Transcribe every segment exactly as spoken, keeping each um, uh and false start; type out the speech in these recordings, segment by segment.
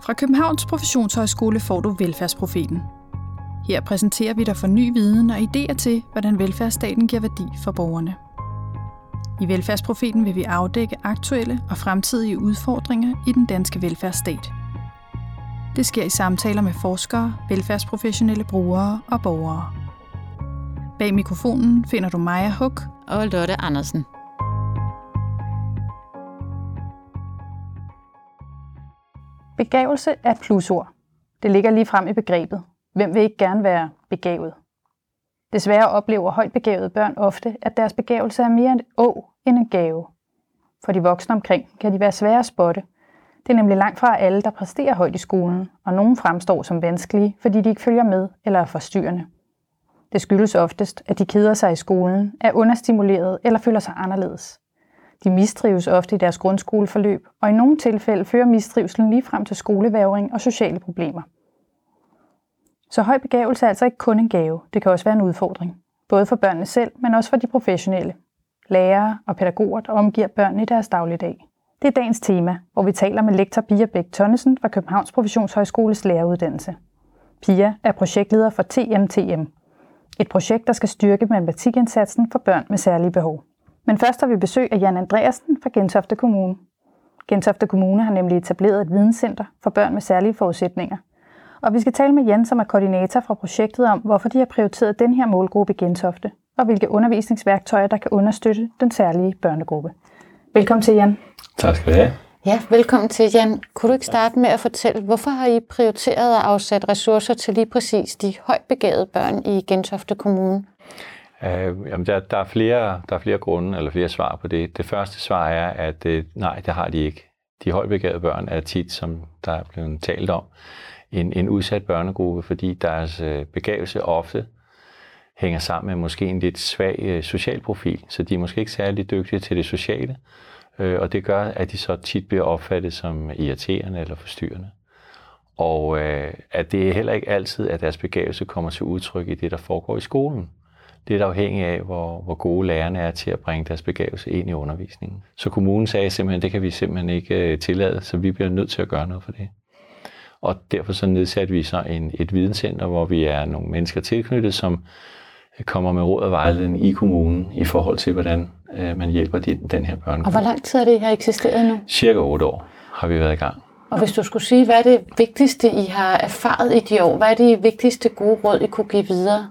Fra Københavns Professionshøjskole får du Velfærdsprofeten. Her præsenterer vi dig for ny viden og idéer til, hvordan velfærdsstaten giver værdi for borgerne. I Velfærdsprofeten vil vi afdække aktuelle og fremtidige udfordringer i den danske velfærdsstat. Det sker i samtaler med forskere, velfærdsprofessionelle brugere og borgere. Bag mikrofonen finder du Maja Huk og Lotte Andersen. Begavelse er et plusord. Det ligger lige frem i begrebet. Hvem vil ikke gerne være begavet? Desværre oplever højt begavede børn ofte, at deres begavelse er mere et å end en gave. For de voksne omkring kan de være svære at spotte. Det er nemlig langt fra alle, der præsterer højt i skolen, og nogen fremstår som vanskelige, fordi de ikke følger med eller er forstyrrende. Det skyldes oftest, at de keder sig i skolen, er understimuleret eller føler sig anderledes. De mistrives ofte i deres grundskoleforløb, og i nogle tilfælde fører mistrivselen lige frem til skolevægring og sociale problemer. Så høj begavelse er altså ikke kun en gave, det kan også være en udfordring. Både for børnene selv, men også for de professionelle. Lærere og pædagoger, der omgiver børnene i deres dagligdag. Det er dagens tema, hvor vi taler med lektor Pia Bæk Tonnesen fra Københavns Professionshøjskoles læreruddannelse. Pia er projektleder for T M T M. Et projekt, der skal styrke matematikindsatsen for børn med særlige behov. Men først har vi besøg af Jan Andreasen fra Gentofte Kommune. Gentofte Kommune har nemlig etableret et videnscenter for børn med særlige forudsætninger. Og vi skal tale med Jan, som er koordinator fra projektet, om hvorfor de har prioriteret den her målgruppe i Gentofte, og hvilke undervisningsværktøjer, der kan understøtte den særlige børnegruppe. Velkommen til, Jan. Tak skal du have. Ja, velkommen til, Jan. Kunne du ikke starte med at fortælle, hvorfor har I prioriteret at afsætte ressourcer til lige præcis de højt begavede børn i Gentofte Kommune? Uh, jamen der, der, er flere, der er flere grunde, eller flere svar på det. Det første svar er, at uh, nej, det har de ikke. De højt begavede børn er tit, som der er blevet talt om, en, en udsat børnegruppe, fordi deres uh, begavelse ofte hænger sammen med måske en lidt svag uh, social profil, så de er måske ikke særlig dygtige til det sociale, uh, og det gør, at de så tit bliver opfattet som irriterende eller forstyrrende. Og uh, at det er heller ikke altid, at deres begavelse kommer til udtryk i det, der foregår i skolen. Det er afhængigt af, hvor, hvor gode lærerne er til at bringe deres begavelse ind i undervisningen. Så kommunen sagde simpelthen, det kan vi simpelthen ikke tillade, så vi bliver nødt til at gøre noget for det. Og derfor så nedsatte vi så en, et videnscenter, hvor vi er nogle mennesker tilknyttet, som kommer med råd og vejledning i kommunen i forhold til, hvordan øh, man hjælper de, den her børnegruppe. Og hvor lang tid har det her eksisteret nu? Cirka otte år har vi været i gang. Og hvis du skulle sige, hvad er det vigtigste, I har erfaret i de år? Hvad er de vigtigste gode råd, I kunne give videre?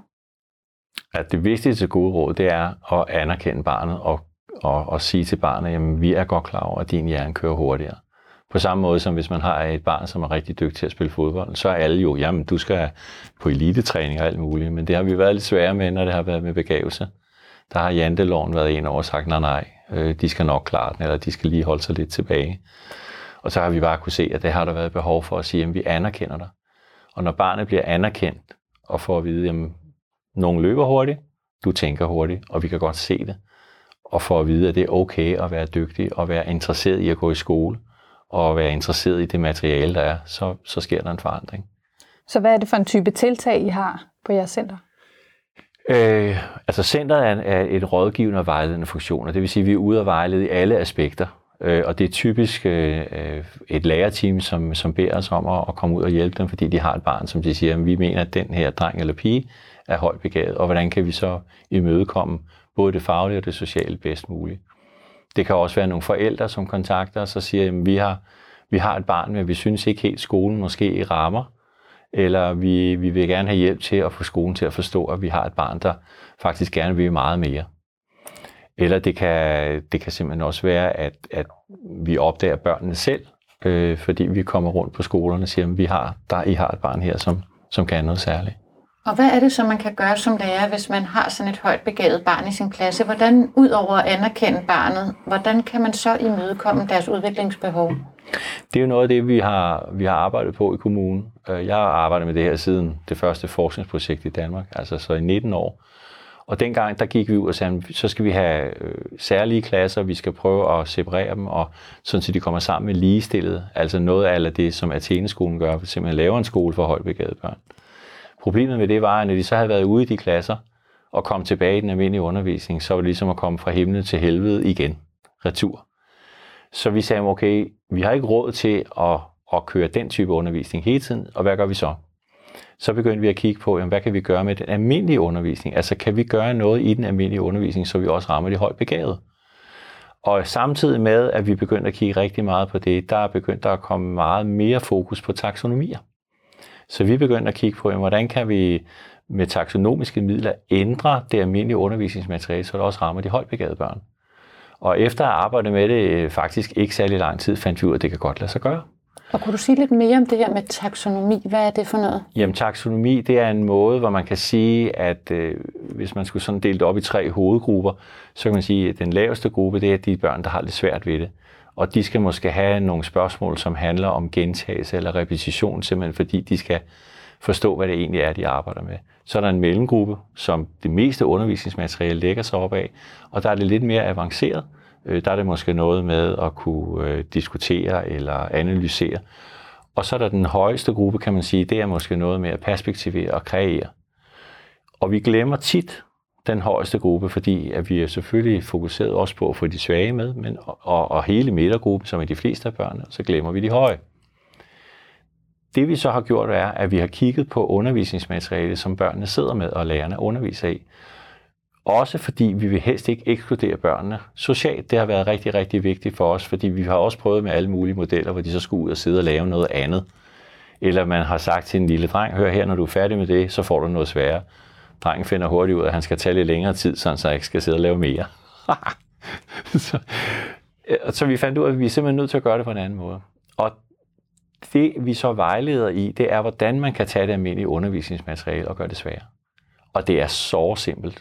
At det vigtigste gode råd, det er at anerkende barnet og, og, og sige til barnet, jamen vi er godt klar over, at din hjerne kører hurtigere. På samme måde som hvis man har et barn, som er rigtig dygtig til at spille fodbold, så er alle jo, jamen du skal på elitetræning og alt muligt, men det har vi været lidt svære med, når det har været med begavelse. Der har janteloven været en over og sagt, nej nej, øh, de skal nok klare den, eller de skal lige holde sig lidt tilbage. Og så har vi bare kunne se, at det har der været behov for at sige, jamen vi anerkender dig. Og når barnet bliver anerkendt og får at vide, jamen nogen løber hurtigt, du tænker hurtigt, og vi kan godt se det. Og for at vide, at det er okay at være dygtig og være interesseret i at gå i skole, og være interesseret i det materiale, der er, så, så sker der en forandring. Så hvad er det for en type tiltag, I har på jeres center? Øh, altså centret er, er et rådgivende og vejledende funktion, det vil sige, at vi er ude og vejlede i alle aspekter. Øh, og det er typisk øh, et lærerteam, som, som beder os om at, at komme ud og hjælpe dem, fordi de har et barn, som de siger, at vi mener, at den her dreng eller pige er højt begavet, og hvordan kan vi så imødekomme både det faglige og det sociale bedst muligt. Det kan også være nogle forældre, som kontakter os og siger, at vi har, vi har et barn, men vi synes ikke helt skolen måske rammer, eller vi, vi vil gerne have hjælp til at få skolen til at forstå, at vi har et barn, der faktisk gerne vil meget mere. Eller det kan, det kan simpelthen også være, at, at vi opdager børnene selv, øh, fordi vi kommer rundt på skolerne og siger, at vi har, der, I har et barn her, som, som kan noget særligt. Og hvad er det så, man kan gøre som lærer, hvis man har sådan et højt begavet barn i sin klasse? Hvordan, ud over at anerkende barnet, hvordan kan man så imødekomme deres udviklingsbehov? Det er jo noget af det, vi har, vi har arbejdet på i kommunen. Jeg har arbejdet med det her siden det første forskningsprojekt i Danmark, altså så i nitten år. Og dengang, der gik vi ud og sagde, så skal vi have øh, særlige klasser, vi skal prøve at separere dem, og sådan så de kommer sammen med ligestillede. Altså noget af det, som Atheneskolen gør, for simpelthen laver en skole for højt begavede børn. Problemet med det var, at når de så havde været ude i de klasser, og kom tilbage i den almindelige undervisning, så var det ligesom at komme fra himmel til helvede igen, retur. Så vi sagde, okay, vi har ikke råd til at at køre den type undervisning hele tiden, og hvad gør vi så? Så begyndte vi at kigge på, jamen, hvad kan vi gøre med den almindelige undervisning? Altså kan vi gøre noget i den almindelige undervisning, så vi også rammer de højt begavede? Og samtidig med, at vi begyndte at kigge rigtig meget på det, der er begyndt der at komme meget mere fokus på taksonomier. Så vi begyndte at kigge på, jamen, hvordan kan vi med taksonomiske midler ændre det almindelige undervisningsmateriale, så det også rammer de højt begavede børn. Og efter at have arbejdet med det faktisk ikke særlig lang tid, fandt vi ud af, at det kan godt lade sig gøre. Og kunne du sige lidt mere om det her med taksonomi? Hvad er det for noget? Jamen, taksonomi, det er en måde, hvor man kan sige, at øh, hvis man skulle sådan dele det op i tre hovedgrupper, så kan man sige, at den laveste gruppe, det er de børn, der har lidt svært ved det. Og de skal måske have nogle spørgsmål, som handler om gentagelse eller repetition, simpelthen fordi de skal forstå, hvad det egentlig er, de arbejder med. Så er der en mellemgruppe, som det meste undervisningsmateriale lægger sig op af, og der er det lidt mere avanceret. Der er det måske noget med at kunne diskutere eller analysere. Og så er der den højeste gruppe, kan man sige, det er måske noget med at perspektivere og kreere. Og vi glemmer tit den højeste gruppe, fordi at vi er selvfølgelig fokuseret også på at få de svage med, men, og, og hele midtergruppen, som er de fleste af børnene, så glemmer vi de høje. Det vi så har gjort er, at vi har kigget på undervisningsmateriale, som børnene sidder med og lærerne underviser i. Også fordi vi vil helst ikke ekskludere børnene. Socialt, det har været rigtig, rigtig vigtigt for os, fordi vi har også prøvet med alle mulige modeller, hvor de så skulle ud og sidde og lave noget andet. Eller man har sagt til en lille dreng, hør her, når du er færdig med det, så får du noget sværere. Drengen finder hurtigt ud, at han skal tage lidt længere tid, så han ikke skal sidde og lave mere. så, så vi fandt ud af, at vi er simpelthen nødt til at gøre det på en anden måde. Og det vi så vejleder i, det er, hvordan man kan tage det almindelige undervisningsmateriale og gøre det sværere. Og det er så simpelt.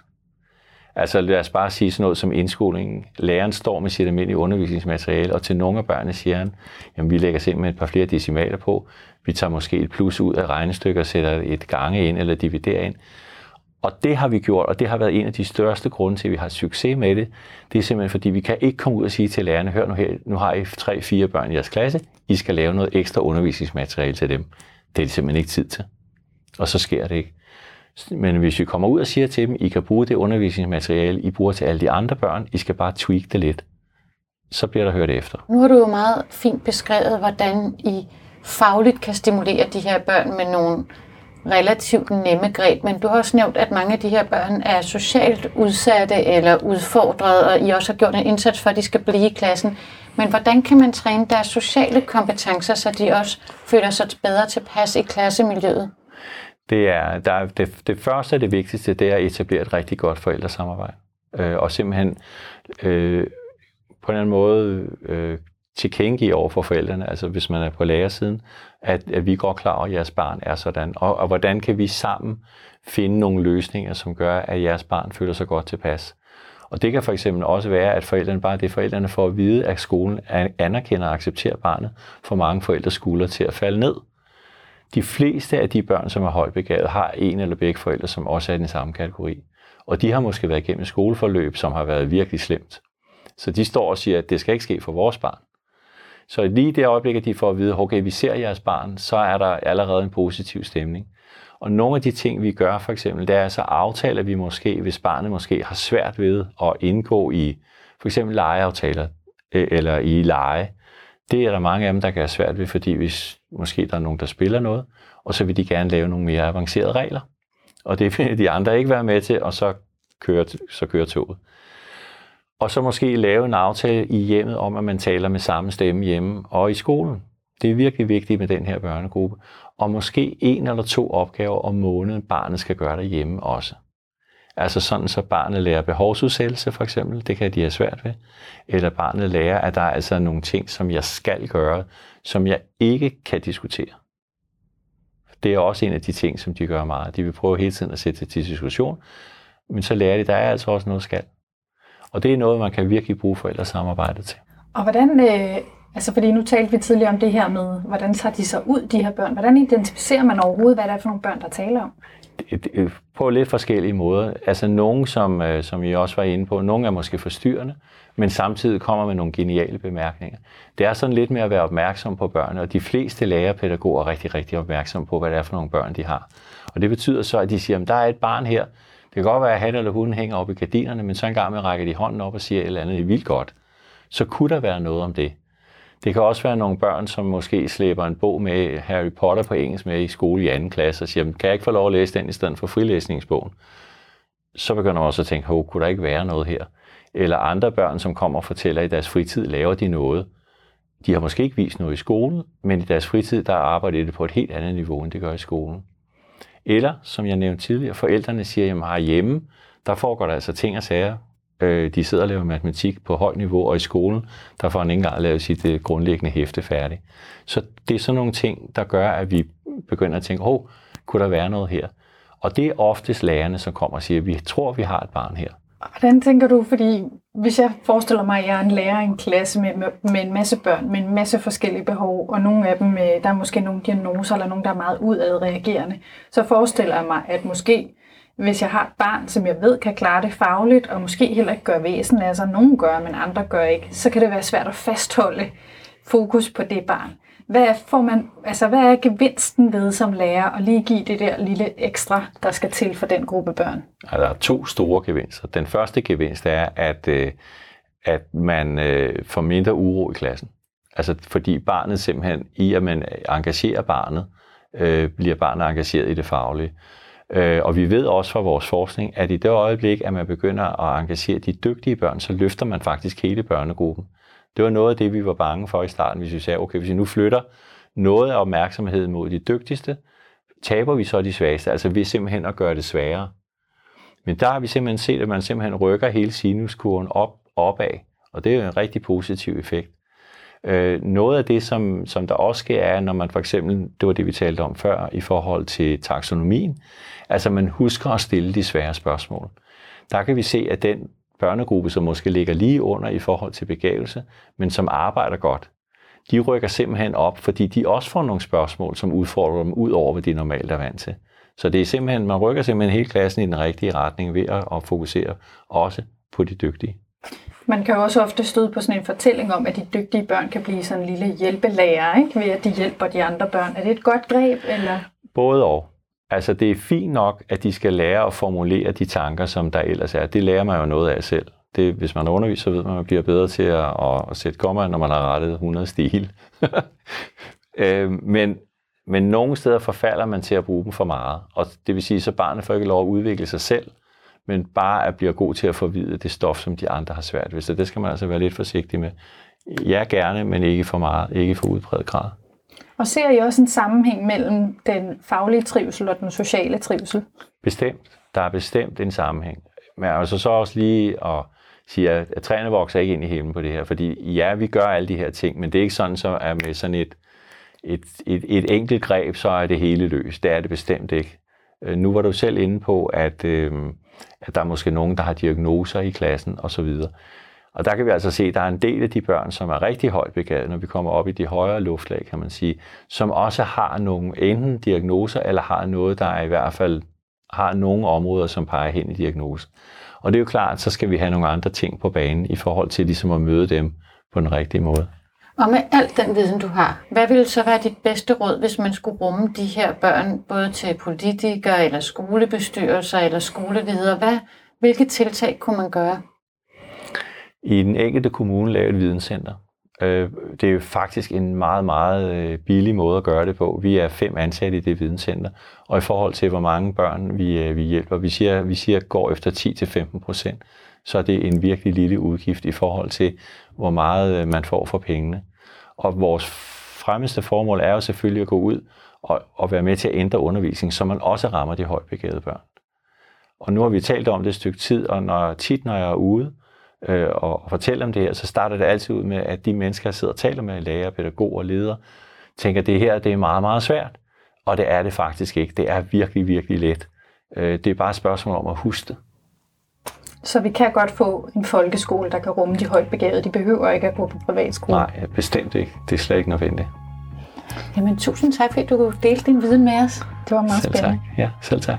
Altså lad os bare sige sådan noget som indskolingen. Læreren står med sit almindelige undervisningsmateriale, og til nogle af børnene siger han, jamen vi lægger simpelthen et par flere decimaler på. Vi tager måske et plus ud af regnestykket og sætter et gange ind eller dividerer ind. Og det har vi gjort, og det har været en af de største grunde til, at vi har succes med det. Det er simpelthen fordi, vi kan ikke komme ud og sige til lærerne, hør nu her, nu har I tre, fire børn i jeres klasse, I skal lave noget ekstra undervisningsmateriale til dem. Det er simpelthen ikke tid til. Og så sker det ikke. Men hvis vi kommer ud og siger til dem, I kan bruge det undervisningsmateriale, I bruger til alle de andre børn, I skal bare tweak det lidt, så bliver der hørt efter. Nu har du jo meget fint beskrevet, hvordan I fagligt kan stimulere de her børn med nogle relativt nemme greb, men du har også nævnt, at mange af de her børn er socialt udsatte eller udfordrede, og I også har gjort en indsats for, at de skal blive i klassen. Men hvordan kan man træne deres sociale kompetencer, så de også føler sig bedre tilpas i klassemiljøet? Det, er, der er, det, det første og det vigtigste, det er at etablere et rigtig godt forældresamarbejde. Øh, og simpelthen øh, på en eller anden måde øh, tilkendegive over for forældrene, altså hvis man er på lærersiden, at, at vi godt klar over, at jeres barn er sådan. Og, og hvordan kan vi sammen finde nogle løsninger, som gør, at jeres barn føler sig godt tilpas. Og det kan for eksempel også være, at forældrene bare det forældrene får at vide, at skolen anerkender og accepterer barnet, for mange forældres skuldre til at falde ned. De fleste af de børn, som er højt begavet, har en eller begge forældre, som også er i den samme kategori. Og de har måske været igennem et skoleforløb, som har været virkelig slemt. Så de står og siger, at det skal ikke ske for vores barn. Så lige i det øjeblik, at de får at vide, okay, vi ser jeres barn, så er der allerede en positiv stemning. Og nogle af de ting, vi gør for eksempel, det er så aftaler vi måske, hvis barnet måske har svært ved at indgå i for eksempel legeaftaler eller i lege. Det er der mange af dem, der kan have svært ved, fordi hvis måske der er nogen, der spiller noget, og så vil de gerne lave nogle mere avancerede regler. Og det vil de andre ikke være med til, og så kører, så kører toget. Og så måske lave en aftale i hjemmet om, at man taler med samme stemme hjemme og i skolen. Det er virkelig vigtigt med den her børnegruppe. Og måske en eller to opgaver om måneden, barnet skal gøre derhjemme også. Altså sådan, så barnet lærer behovsudsættelse for eksempel, det kan de have svært ved. Eller barnet lærer, at der er altså nogle ting, som jeg skal gøre, som jeg ikke kan diskutere. Det er også en af de ting, som de gør meget. De vil prøve hele tiden at sætte det til diskussion, men så lærer de, at der er altså også noget skal. Og det er noget, man kan virkelig bruge forældresamarbejdet til. Og hvordan, øh, altså fordi nu talte vi tidligere om det her med, hvordan tager de sig ud, de her børn? Hvordan identificerer man overhovedet, hvad det er for nogle børn, der taler om? På lidt forskellige måder. Altså nogen, som, som I også var inde på, nogle er måske forstyrrende, men samtidig kommer med nogle geniale bemærkninger. Det er sådan lidt med at være opmærksom på børnene, og de fleste lærerpædagoger er rigtig, rigtig opmærksomme på, hvad det er for nogle børn, de har. Og det betyder så, at de siger, at der er et barn her. Det kan godt være, at han eller hun hænger op i gardinerne, men så en gang med rækker de hånden op og siger et eller andet, det er vildt godt. Så kunne der være noget om det. Det kan også være nogle børn, som måske slæber en bog med Harry Potter på engelsk med i skole i anden klasse og siger, kan jeg ikke få lov at læse den i stedet for frilæsningsbogen? Så begynder man også at tænke, kunne der ikke være noget her? Eller andre børn, som kommer og fortæller, at i deres fritid laver de noget. De har måske ikke vist noget i skolen, men i deres fritid, der arbejder det på et helt andet niveau, end det gør i skolen. Eller, som jeg nævnte tidligere, forældrene siger, at herhjemme, der foregår der altså ting og sager. De sidder og laver matematik på højt niveau, og i skolen, der får han ikke engang lavet sit grundlæggende hæfte færdigt. Så det er sådan nogle ting, der gør, at vi begynder at tænke, åh, kunne der være noget her? Og det er oftest lærerne, som kommer og siger, at vi tror, at vi har et barn her. Hvordan tænker du, fordi hvis jeg forestiller mig, at jeg er en lærer i en klasse med, med, med en masse børn, med en masse forskellige behov, og nogle af dem, med, der er måske nogle diagnoser, eller nogle, der er meget udadreagerende, så forestiller jeg mig, at måske, hvis jeg har et barn, som jeg ved kan klare det fagligt, og måske heller ikke gør væsen af sig, nogen gør, men andre gør ikke, så kan det være svært at fastholde fokus på det barn. Hvad er, får man, altså, hvad er gevinsten ved som lærer at lige give det der lille ekstra, der skal til for den gruppe børn? Ja, der er to store gevinster. Den første gevinst er, at, øh, at man øh, får mindre uro i klassen. Altså fordi barnet simpelthen, i at man engagerer barnet, øh, bliver barnet engageret i det faglige. Øh, og vi ved også fra vores forskning, at i det øjeblik, at man begynder at engagere de dygtige børn, så løfter man faktisk hele børnegruppen. Det var noget af det, vi var bange for i starten, hvis vi sagde, okay, hvis vi nu flytter noget af opmærksomheden mod de dygtigste, taber vi så de svageste, altså ved simpelthen at gøre det sværere. Men der har vi simpelthen set, at man simpelthen rykker hele sinuskurven op opad, og det er en rigtig positiv effekt. Øh, noget af det, som, som der også sker, er, når man for eksempel, det var det, vi talte om før, i forhold til taksonomien, altså man husker at stille de svære spørgsmål. Der kan vi se, at den børnegruppe, som måske ligger lige under i forhold til begavelse, men som arbejder godt, de rykker simpelthen op, fordi de også får nogle spørgsmål, som udfordrer dem ud over, hvad de normalt er vant til. Så det er simpelthen, man rykker simpelthen hele klassen i den rigtige retning ved at fokusere også på de dygtige. Man kan jo også ofte støde på sådan en fortælling om, at de dygtige børn kan blive sådan en lille hjælpelærer, ikke? Ved at de hjælper de andre børn. Er det et godt greb, eller? Både og. Altså det er fint nok, at de skal lære at formulere de tanker, som der ellers er. Det lærer man jo noget af selv. Det, hvis man underviser, så ved man, at man bliver bedre til at, at, at sætte komma, når man har rettet hundrede stil. øh, men, men nogle steder forfalder man til at bruge dem for meget. Og det vil sige, så barnet får ikke lov at udvikle sig selv, men bare at blive god til at forvide det stof, som de andre har svært ved. Så det skal man altså være lidt forsigtig med. Ja, gerne, men ikke for meget, ikke for udpræget grad. Og ser I også en sammenhæng mellem den faglige trivsel og den sociale trivsel? Bestemt. Der er bestemt en sammenhæng. Men altså så også lige at sige, at træerne vokser ikke ind i himlen på det her, fordi ja, vi gør alle de her ting, men det er ikke sådan, så er med sådan et, et, et, et enkelt greb, så er det hele løst. Det er det bestemt ikke. Nu var du selv inde på, at, øh, at der er måske nogen, der har diagnoser i klassen osv. Og der kan vi altså se, at der er en del af de børn, som er rigtig højt begavet, når vi kommer op i de højere luftlag, kan man sige, som også har nogle enten diagnoser, eller har noget, der i hvert fald har nogle områder, som peger hen i diagnose. Og det er jo klart, så skal vi have nogle andre ting på banen i forhold til ligesom at møde dem på den rigtige måde. Og med al den viden, du har, hvad ville så være dit bedste råd, hvis man skulle rumme de her børn, både til politikere, eller skolebestyrelser, eller skoleledere? Hvad, hvilke tiltag kunne man gøre? I den enkelte kommune lave et videnscenter. Det er jo faktisk en meget, meget billig måde at gøre det på. Vi er fem ansatte i det videnscenter, og i forhold til, hvor mange børn vi, vi hjælper, vi siger, vi siger går efter ti til femten procent, så er det en virkelig lille udgift i forhold til, hvor meget man får for pengene. Og vores fremmeste formål er jo selvfølgelig at gå ud og, og være med til at ændre undervisning, så man også rammer de højt begavede børn. Og nu har vi talt om det et stykke tid, og når, tit når jeg er ude øh, og, og fortæller om det her, så starter det altid ud med, at de mennesker, jeg sidder og taler med, lærere, pædagoger og ledere, tænker, at det her det er meget, meget svært. Og det er det faktisk ikke. Det er virkelig, virkelig let. Øh, det er bare et spørgsmål om at huske det. Så vi kan godt få en folkeskole, der kan rumme de højt begavede. De behøver ikke at gå på privatskole. Nej, bestemt ikke. Det er slet ikke nødvendigt. Jamen, tusind tak, fordi du delte din viden med os. Det var meget selv spændende. Tak. Ja, selv tak.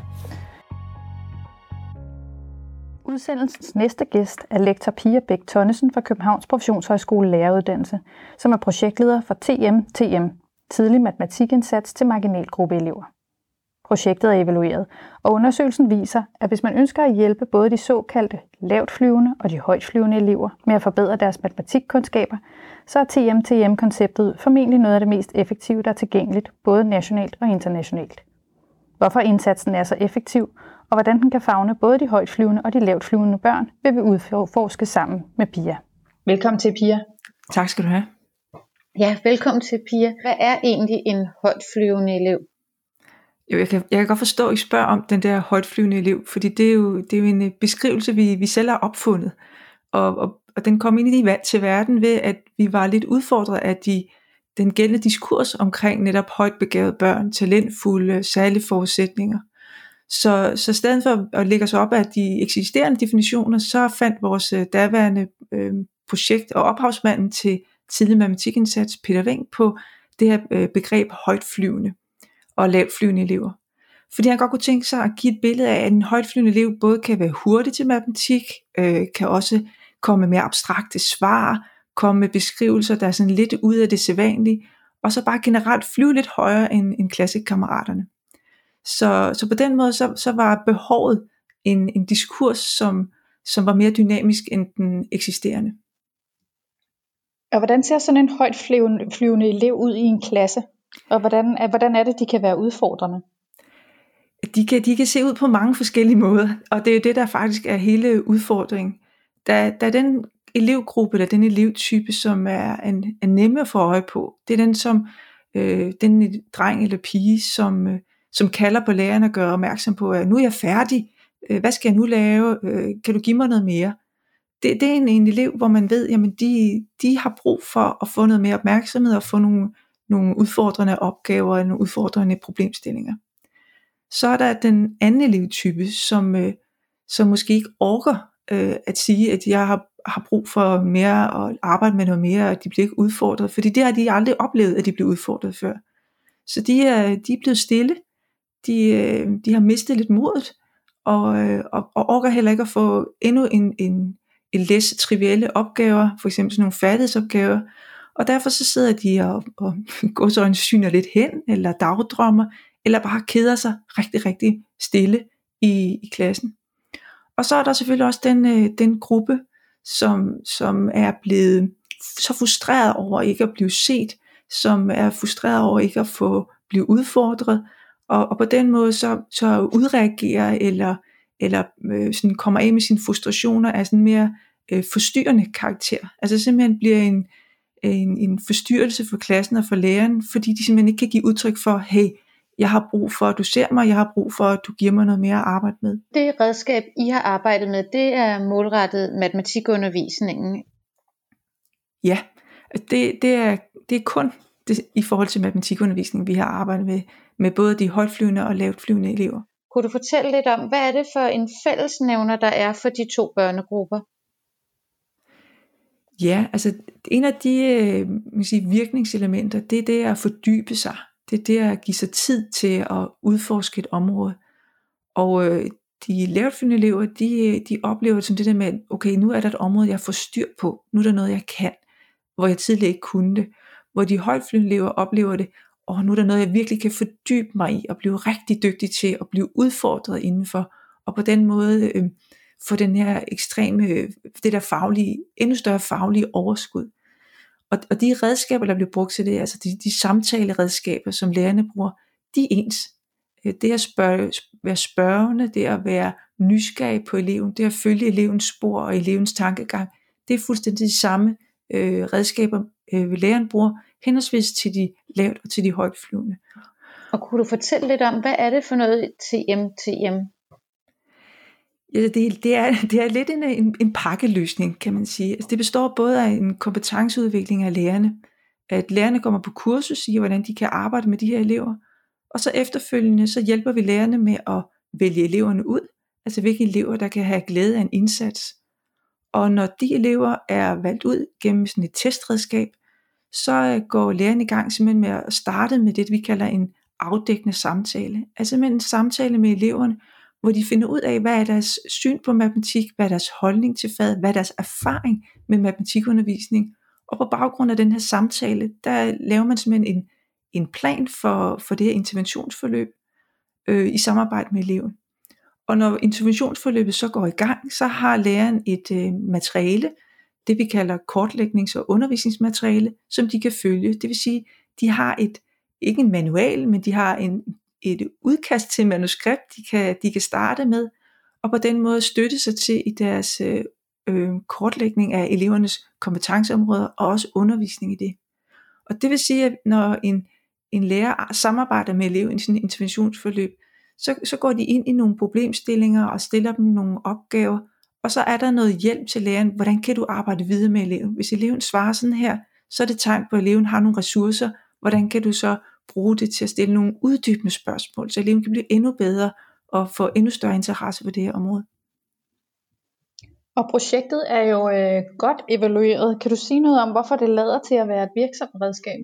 Udsendelsens næste gæst er lektor Pia Bæk Tonnesen fra Københavns Professionshøjskole Læreruddannelse, som er projektleder for T M T M, tidlig matematikindsats til marginalgruppeelever. Projektet er evalueret, og undersøgelsen viser, at hvis man ønsker at hjælpe både de såkaldte lavtflyvende og de højtflyvende elever med at forbedre deres matematikkundskaber, så er T M T M-konceptet formentlig noget af det mest effektive, der er tilgængeligt, både nationalt og internationalt. Hvorfor indsatsen er så effektiv, og hvordan den kan favne både de højtflyvende og de lavtflyvende børn, vil vi udforske sammen med Pia. Velkommen til, Pia. Tak skal du have. Ja, velkommen til, Pia. Hvad er egentlig en højtflyvende elev? Jo, jeg kan, jeg kan godt forstå, at I spørger om den der højtflyvende elev, fordi det er jo, det er jo en beskrivelse, vi, vi selv har opfundet. Og, og, og den kom ind i til verden ved, at vi var lidt udfordret af de, den gældende diskurs omkring netop højt begavede børn, talentfulde, særlige forudsætninger. Så, så i stedet for at lægge os op af de eksisterende definitioner, så fandt vores daværende øh, projekt og ophavsmanden til tidlig matematikindsats, Peter Wenck, på det her øh, begreb højtflyvende og lavtflyvende elever. Fordi han godt kunne tænke sig at give et billede af, at en højtflyvende elev både kan være hurtig til matematik, øh, kan også komme med mere abstrakte svar, komme med beskrivelser, der er sådan lidt ude af det sædvanlige, og så bare generelt flyve lidt højere end, end klassekammeraterne. Så, så på den måde, så, så var behovet en, en diskurs, som, som var mere dynamisk end den eksisterende. Og hvordan ser sådan en højtflyvende elev ud i en klasse? Og hvordan, hvordan er det, de kan være udfordrende? De kan, de kan se ud på mange forskellige måder, og det er jo det, der faktisk er hele udfordringen. Der, der er den elevgruppe, eller den elevtype, som er, en, er nemme at få øje på. Det er den, som, øh, den dreng eller pige, som, øh, som kalder på læreren og gør opmærksom på, at nu er jeg færdig, øh, hvad skal jeg nu lave, øh, kan du give mig noget mere? Det, det er en, en elev, hvor man ved, jamen de, de har brug for at få noget mere opmærksomhed og få nogle, nogle udfordrende opgaver og nogle udfordrende problemstillinger. Så er der den anden elevtype, som, øh, som måske ikke orker øh, at sige, at jeg har, har brug for mere og arbejde med noget mere, og de bliver ikke udfordret, fordi det har de aldrig oplevet, at de bliver udfordret før. Så de er, de er blevet stille, de, øh, de har mistet lidt modet, og, øh, og, og orker heller ikke at få endnu en, en, en læse trivielle opgaver, for eksempel sådan nogle færdighedsopgaver, og derfor så sidder de og, og går så en syner lidt hen, eller dagdrømmer, eller bare keder sig rigtig, rigtig stille i, i klassen. Og så er der selvfølgelig også den, den gruppe, som, som er blevet så frustreret over ikke at blive set, som er frustreret over ikke at få blive udfordret, og, og på den måde så, så udreagerer, eller, eller øh, sådan kommer af med sine frustrationer af sådan mere øh, forstyrrende karakter. Altså simpelthen bliver en, en, en forstyrrelse for klassen og for læreren, fordi de simpelthen ikke kan give udtryk for, hey, jeg har brug for, at du ser mig, jeg har brug for, at du giver mig noget mere at arbejde med. Det redskab, I har arbejdet med, det er målrettet matematikundervisningen. Ja, det, det, er, det er kun det, i forhold til matematikundervisningen, vi har arbejdet med, med både de højtflyvende og lavtflyvende elever. Kunne du fortælle lidt om, hvad er det for en fællesnævner, der er for de to børnegrupper? Ja, altså en af de man siger, virkningselementer, det er det at fordybe sig. Det er det at give sig tid til at udforske et område. Og øh, de lavtflyvende elever, de, de oplever det som det der med, okay, nu er der et område, jeg får styr på. Nu er der noget, jeg kan, hvor jeg tidligere ikke kunne det. Hvor de højtflyvende elever oplever det, og nu er der noget, jeg virkelig kan fordybe mig i, og blive rigtig dygtig til, at blive udfordret indenfor. Og på den måde øh, få den her ekstreme, det der faglige, endnu større faglige overskud. Og, og de redskaber, der bliver brugt til det, altså de, de samtaleredskaber, som lærerne bruger, de er ens. Det at spørge, være spørgende, det at være nysgerrig på eleven, det at følge elevens spor og elevens tankegang, det er fuldstændig de samme øh, redskaber, øh, læreren bruger, henholdsvis til de lavt og til de højtflyvende. Og kunne du fortælle lidt om, hvad er det for noget T M T M? Ja, det, det, er, det er lidt en, en, en pakkeløsning, kan man sige. Altså, det består både af en kompetenceudvikling af lærerne, at lærerne kommer på kursus i, hvordan de kan arbejde med de her elever, og så efterfølgende, så hjælper vi lærerne med at vælge eleverne ud, altså hvilke elever, der kan have glæde af en indsats. Og når de elever er valgt ud gennem sådan et testredskab, så går lærerne i gang simpelthen med at starte med det, vi kalder en afdækkende samtale. Altså simpelthen en samtale med eleverne, hvor de finder ud af, hvad er deres syn på matematik, hvad er deres holdning til faget, hvad er deres erfaring med matematikundervisning. Og på baggrund af den her samtale, der laver man simpelthen en, en plan for, for det her interventionsforløb, øh, i samarbejde med eleven. Og når interventionsforløbet så går i gang, så har læreren et øh, materiale, det vi kalder kortlægnings- og undervisningsmateriale, som de kan følge. Det vil sige, de har et, ikke en manual, men de har en, et udkast til manuskript, de kan, de kan starte med, og på den måde støtte sig til i deres øh, øh, kortlægning af elevernes kompetenceområder, og også undervisning i det. Og det vil sige, at når en, en lærer samarbejder med eleven i sådan et interventionsforløb, så, så går de ind i nogle problemstillinger og stiller dem nogle opgaver, og så er der noget hjælp til læreren. Hvordan kan du arbejde videre med eleven? Hvis eleven svarer sådan her, så er det tegn på, at eleven har nogle ressourcer. Hvordan kan du så bruge det til at stille nogle uddybende spørgsmål, så eleven kan blive endnu bedre og få endnu større interesse for det her område? Og projektet er jo øh, godt evalueret. Kan du sige noget om, hvorfor det lader til at være et virksomt redskab?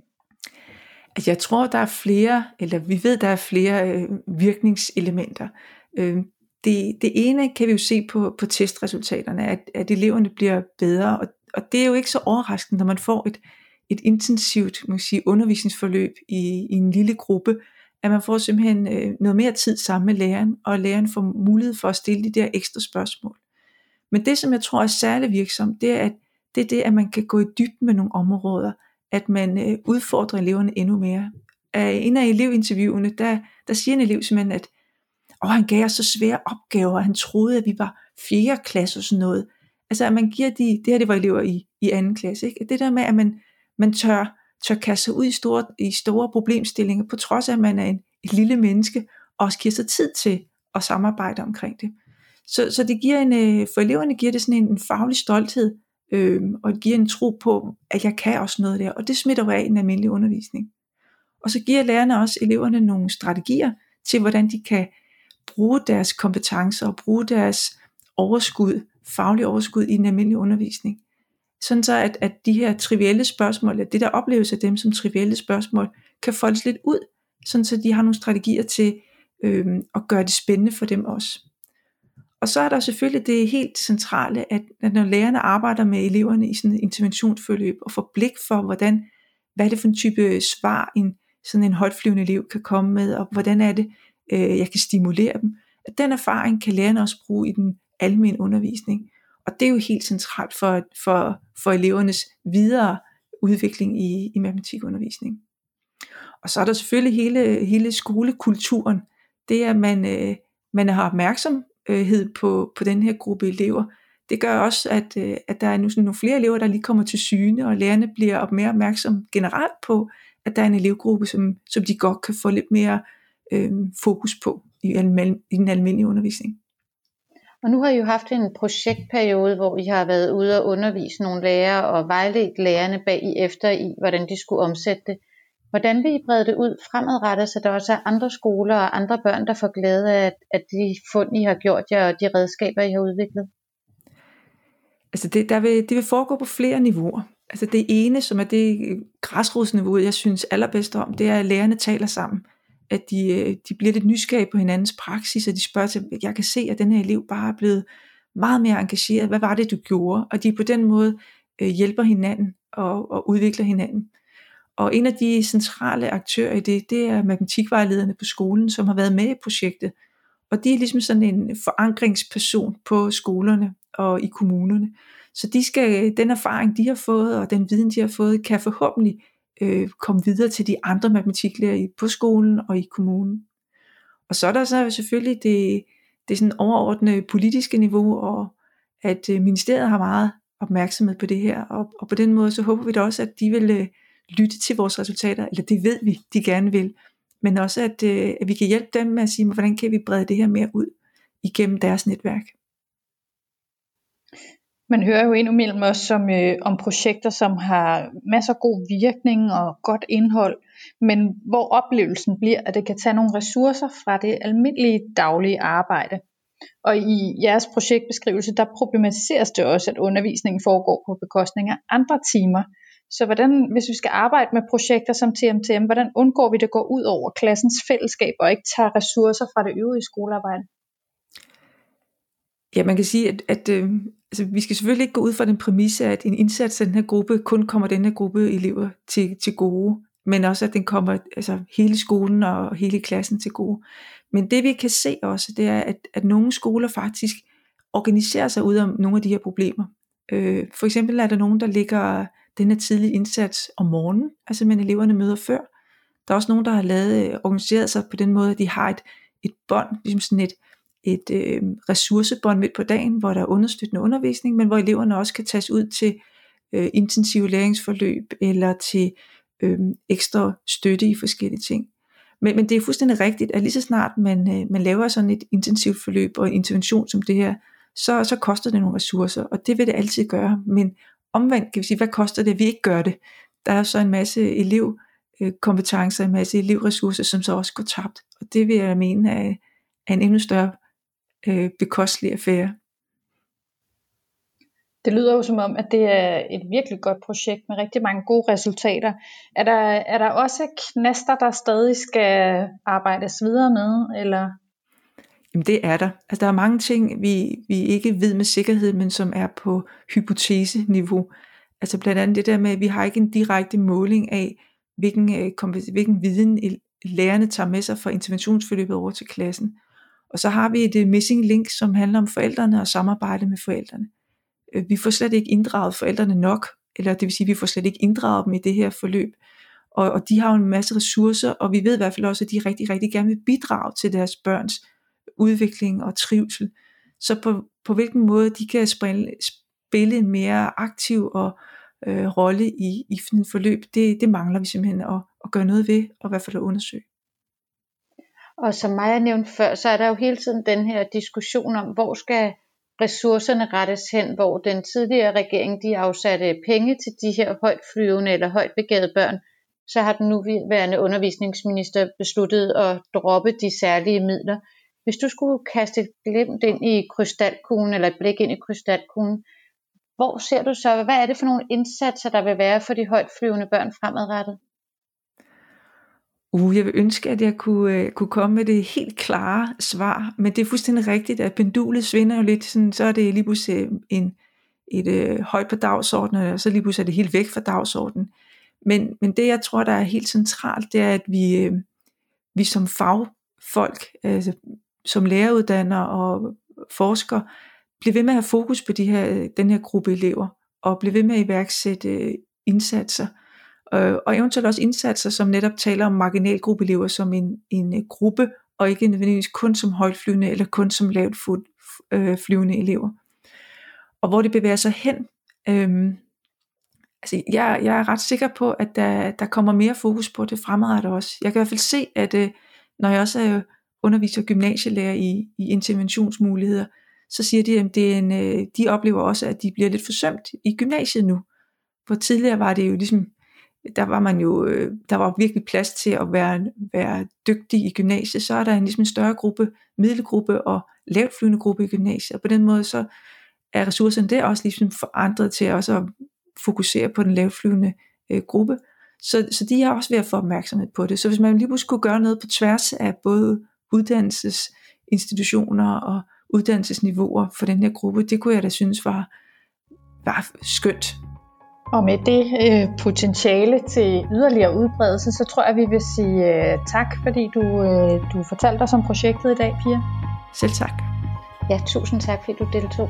Jeg tror, der er flere, eller vi ved, der er flere øh, virkningselementer. Øh, det, det ene kan vi jo se på, på testresultaterne, at, at eleverne bliver bedre, og, og det er jo ikke så overraskende, når man får et, et intensivt man kan sige, undervisningsforløb i, i en lille gruppe, at man får simpelthen øh, noget mere tid sammen med læreren, og læreren får mulighed for at stille de der ekstra spørgsmål. Men det, som jeg tror er særlig virksomt, det er, at det er det, at man kan gå i dybden med nogle områder, at man øh, udfordrer eleverne endnu mere. Af en af elevinterviewene, der, der siger en elev simpelthen, at åh, han gav os så svære opgaver, og han troede, at vi var fjerde klasse og sådan noget. Altså, at man giver de, det her det var elever i, i anden klasse, ikke? Det der med, at man, man tør, tør kaste sig ud i store, i store problemstillinger, på trods af, at man er en, et lille menneske, og også giver sig tid til at samarbejde omkring det. Så, så det giver en, for eleverne giver det sådan en, en faglig stolthed, øh, og det giver en tro på, at jeg kan også noget der, og det smitter jo af i en almindelig undervisning. Og så giver lærerne også eleverne nogle strategier til, hvordan de kan bruge deres kompetencer og bruge deres overskud, faglige overskud i en almindelig undervisning. Sådan så, at, at de her trivielle spørgsmål, at det der opleves af dem som trivielle spørgsmål, kan foldes lidt ud, sådan så de har nogle strategier til øh, at gøre det spændende for dem også. Og så er der selvfølgelig det helt centrale, at når lærerne arbejder med eleverne i sådan et interventionsforløb, og får blik for, hvordan, hvad er det for en type svar, en, sådan en højtflyvende elev kan komme med, og hvordan er det, øh, jeg kan stimulere dem, at den erfaring kan lærerne også bruge i den almene undervisning. Og det er jo helt centralt for, for, for elevernes videre udvikling i, i matematikundervisning. Og så er der selvfølgelig hele, hele skolekulturen, det er, at man, øh, man har opmærksomhed på, på den her gruppe elever. Det gør også, at, øh, at der er nu sådan nogle flere elever, der lige kommer til syne, og lærerne bliver mere opmærksom generelt på, at der er en elevgruppe, som, som de godt kan få lidt mere øh, fokus på i, almen, i den almindelige undervisning. Og nu har I jo haft en projektperiode, hvor I har været ude og undervise nogle lærere og vejledt lærerne bag i efter i, hvordan de skulle omsætte det. Hvordan vil I brede det ud fremadrettet, så der også er andre skoler og andre børn, der får glæde af, at de fund, I har gjort jer, og de redskaber, I har udviklet? Altså det, der vil, det vil foregå på flere niveauer. Altså det ene, som er det græsrodsniveau, jeg synes allerbedst om, det er, at lærerne taler sammen. At de, de bliver lidt nysgerrige på hinandens praksis, og de spørger til, jeg kan se, at den her elev bare er blevet meget mere engageret. Hvad var det, du gjorde? Og de på den måde øh, hjælper hinanden og, og udvikler hinanden. Og en af de centrale aktører i det, det er matematikvejlederne på skolen, som har været med i projektet. Og de er ligesom sådan en forankringsperson på skolerne og i kommunerne. Så de skal, den erfaring, de har fået, og den viden, de har fået, kan forhåbentlig øh, komme videre til de andre matematiklærere på skolen og i kommunen. Og så er der så selvfølgelig det, det sådan overordnede politiske niveau, og at øh, ministeriet har meget opmærksomhed på det her. Og, og på den måde, så håber vi da også, at de vil øh, lytte til vores resultater, eller det ved vi, de gerne vil. Men også, at, øh, at vi kan hjælpe dem med at sige, hvordan kan vi brede det her mere ud igennem deres netværk. Man hører jo indimellem også om, øh, om projekter, som har masser af god virkning og godt indhold, men hvor oplevelsen bliver, at det kan tage nogle ressourcer fra det almindelige daglige arbejde. Og i jeres projektbeskrivelse, der problematiseres det også, at undervisningen foregår på bekostning af andre timer. Så hvordan, hvis vi skal arbejde med projekter som T M T M, hvordan undgår vi, det går ud over klassens fællesskab og ikke tager ressourcer fra det øvrige skolearbejde? Ja, man kan sige, at, at øh, altså, vi skal selvfølgelig ikke gå ud fra den præmisse, at en indsats af den her gruppe kun kommer den her gruppe elever til, til gode. men også at den kommer altså, hele skolen og hele klassen til gode. Men det vi kan se også, det er, at, at nogle skoler faktisk organiserer sig ud om nogle af de her problemer. Øh, for eksempel er der nogen, der ligger den her tidlige indsats om morgenen, altså men eleverne møder før. Der er også nogen, der har lavet, organiseret sig på den måde, at de har et, et bånd, ligesom sådan et, et øh, ressourcebånd midt på dagen, hvor der er understøttende undervisning, men hvor eleverne også kan tages ud til øh, intensive læringsforløb, eller til øh, ekstra støtte i forskellige ting. Men, men det er fuldstændig rigtigt, at lige så snart man, øh, man laver sådan et intensivt forløb og en intervention som det her, så, så koster det nogle ressourcer, og det vil det altid gøre. Men omvendt kan vi sige, hvad koster det, at vi ikke gør det? Der er så en masse elevkompetencer, en masse elevressourcer, som så også går tabt. Og det vil jeg mene er, er en endnu større øh, bekostelig affære. Det lyder jo som om, at det er et virkelig godt projekt med rigtig mange gode resultater. Er der, er der også knaster, der stadig skal arbejdes videre med? Eller? Jamen det er der. Altså der er mange ting, vi, vi ikke ved med sikkerhed, men som er på hypoteseniveau. Altså blandt andet det der med, at vi har ikke en direkte måling af, hvilken, hvilken viden lærerne tager med sig fra interventionsforløbet over til klassen. Og så har vi et missing link, som handler om forældrene og samarbejde med forældrene. Vi får slet ikke inddraget forældrene nok, eller det vil sige, at vi får slet ikke inddraget dem i det her forløb. Og, og de har jo en masse ressourcer, og vi ved i hvert fald også, at de rigtig, rigtig gerne vil bidrage til deres børns udvikling og trivsel. Så på, på hvilken måde de kan spille, spille en mere aktiv og øh, rolle i, i sådan et forløb, det, det mangler vi simpelthen at, at gøre noget ved, og i hvert fald at undersøge. Og som Maja nævnte før, så er der jo hele tiden den her diskussion om, hvor skal ressourcerne rettes hen, hvor den tidligere regering, de afsatte penge til de her højt flyvende eller højt begavede børn, så har den nuværende undervisningsminister besluttet at droppe de særlige midler. Hvis du skulle kaste et glimt ind i krystalkuglen, eller et blik ind i krystalkuglen, hvor ser du så, hvad er det for nogle indsatser, der vil være for de højt flyvende børn fremadrettet? Uh, jeg vil ønske, at jeg kunne, uh, kunne komme med det helt klare svar, men det er fuldstændig rigtigt, at pendulet svinder jo lidt, sådan, så er det lige pludselig en, et uh, højt på dagsordenen, og så lige pludselig er det helt væk fra dagsordenen. Men, men det, jeg tror, der er helt centralt, det er, at vi, uh, vi som fagfolk, altså, som læreruddanner og forskere, bliver ved med at have fokus på de her, den her gruppe elever, og bliver ved med at iværksætte uh, indsatser, og eventuelt også indsatser, som netop taler om marginalgruppeelever som en, en gruppe, og ikke nødvendigvis kun som højtflyvende, eller kun som lavt flyvende elever. Og hvor det bevæger sig hen, øhm, altså jeg, jeg er ret sikker på, at der, der kommer mere fokus på det fremadrettet også. Jeg kan i hvert fald se, at øh, når jeg også er underviser gymnasielærer i, i interventionsmuligheder, så siger de, at det er en, øh, de oplever også, at de bliver lidt forsømt i gymnasiet nu. Hvor tidligere var det jo ligesom, der var man jo, der var virkelig plads til at være, være dygtig i gymnasiet. Så er der en, ligesom en større gruppe, middelgruppe og lavtflyvende gruppe i gymnasiet, og på den måde så er ressourcerne der også ligesom forandret til også at fokusere på den lavtflyvende øh, gruppe. Så, så de er også ved at få opmærksomhed på det. Så hvis man lige pludselig kunne gøre noget på tværs af både uddannelsesinstitutioner og uddannelsesniveauer for den her gruppe, det kunne jeg da synes var, var skønt. Og med det øh, potentiale til yderligere udbredelse, så tror jeg, vi vil sige øh, tak, fordi du, øh, du fortalte os om projektet i dag, Pia. Selv tak. Ja, tusind tak, fordi du deltog.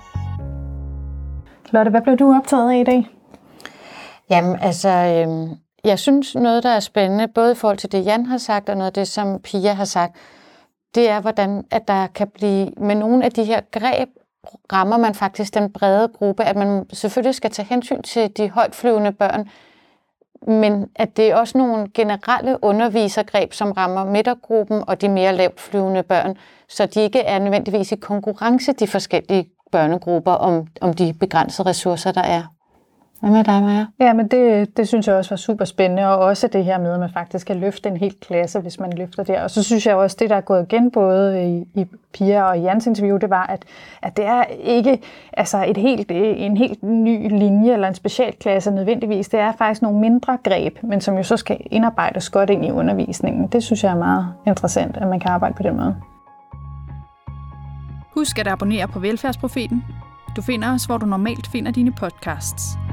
Lotte, hvad blev du optaget af i dag? Jamen, altså, øh, jeg synes noget, der er spændende, både i forhold til det, Jan har sagt, og noget af det, som Pia har sagt, det er, hvordan at der kan blive, med nogle af de her greb, rammer man faktisk den brede gruppe, at man selvfølgelig skal tage hensyn til de højtflyvende børn, men at det er også nogle generelle undervisergreb, som rammer midtergruppen og de mere lavtflyvende børn, så de ikke er nødvendigvis i konkurrence, de forskellige børnegrupper, om, om de begrænsede ressourcer, der er. Hvad med dig, Maja? Ja, men det, det synes jeg også var super spændende, og også det her med, at man faktisk kan løfte en hel klasse, hvis man løfter der. Og så synes jeg også, det der er gået igen både i, i Pia og Jans interview, det var, at, at det er ikke altså et helt, en helt ny linje eller en specialklasse nødvendigvis. Det er faktisk nogle mindre greb, men som jo så skal indarbejdes godt ind i undervisningen. Det synes jeg er meget interessant, at man kan arbejde på den måde. Husk at abonnere på Velfærdsprofeten. Du finder os, hvor du normalt finder dine podcasts.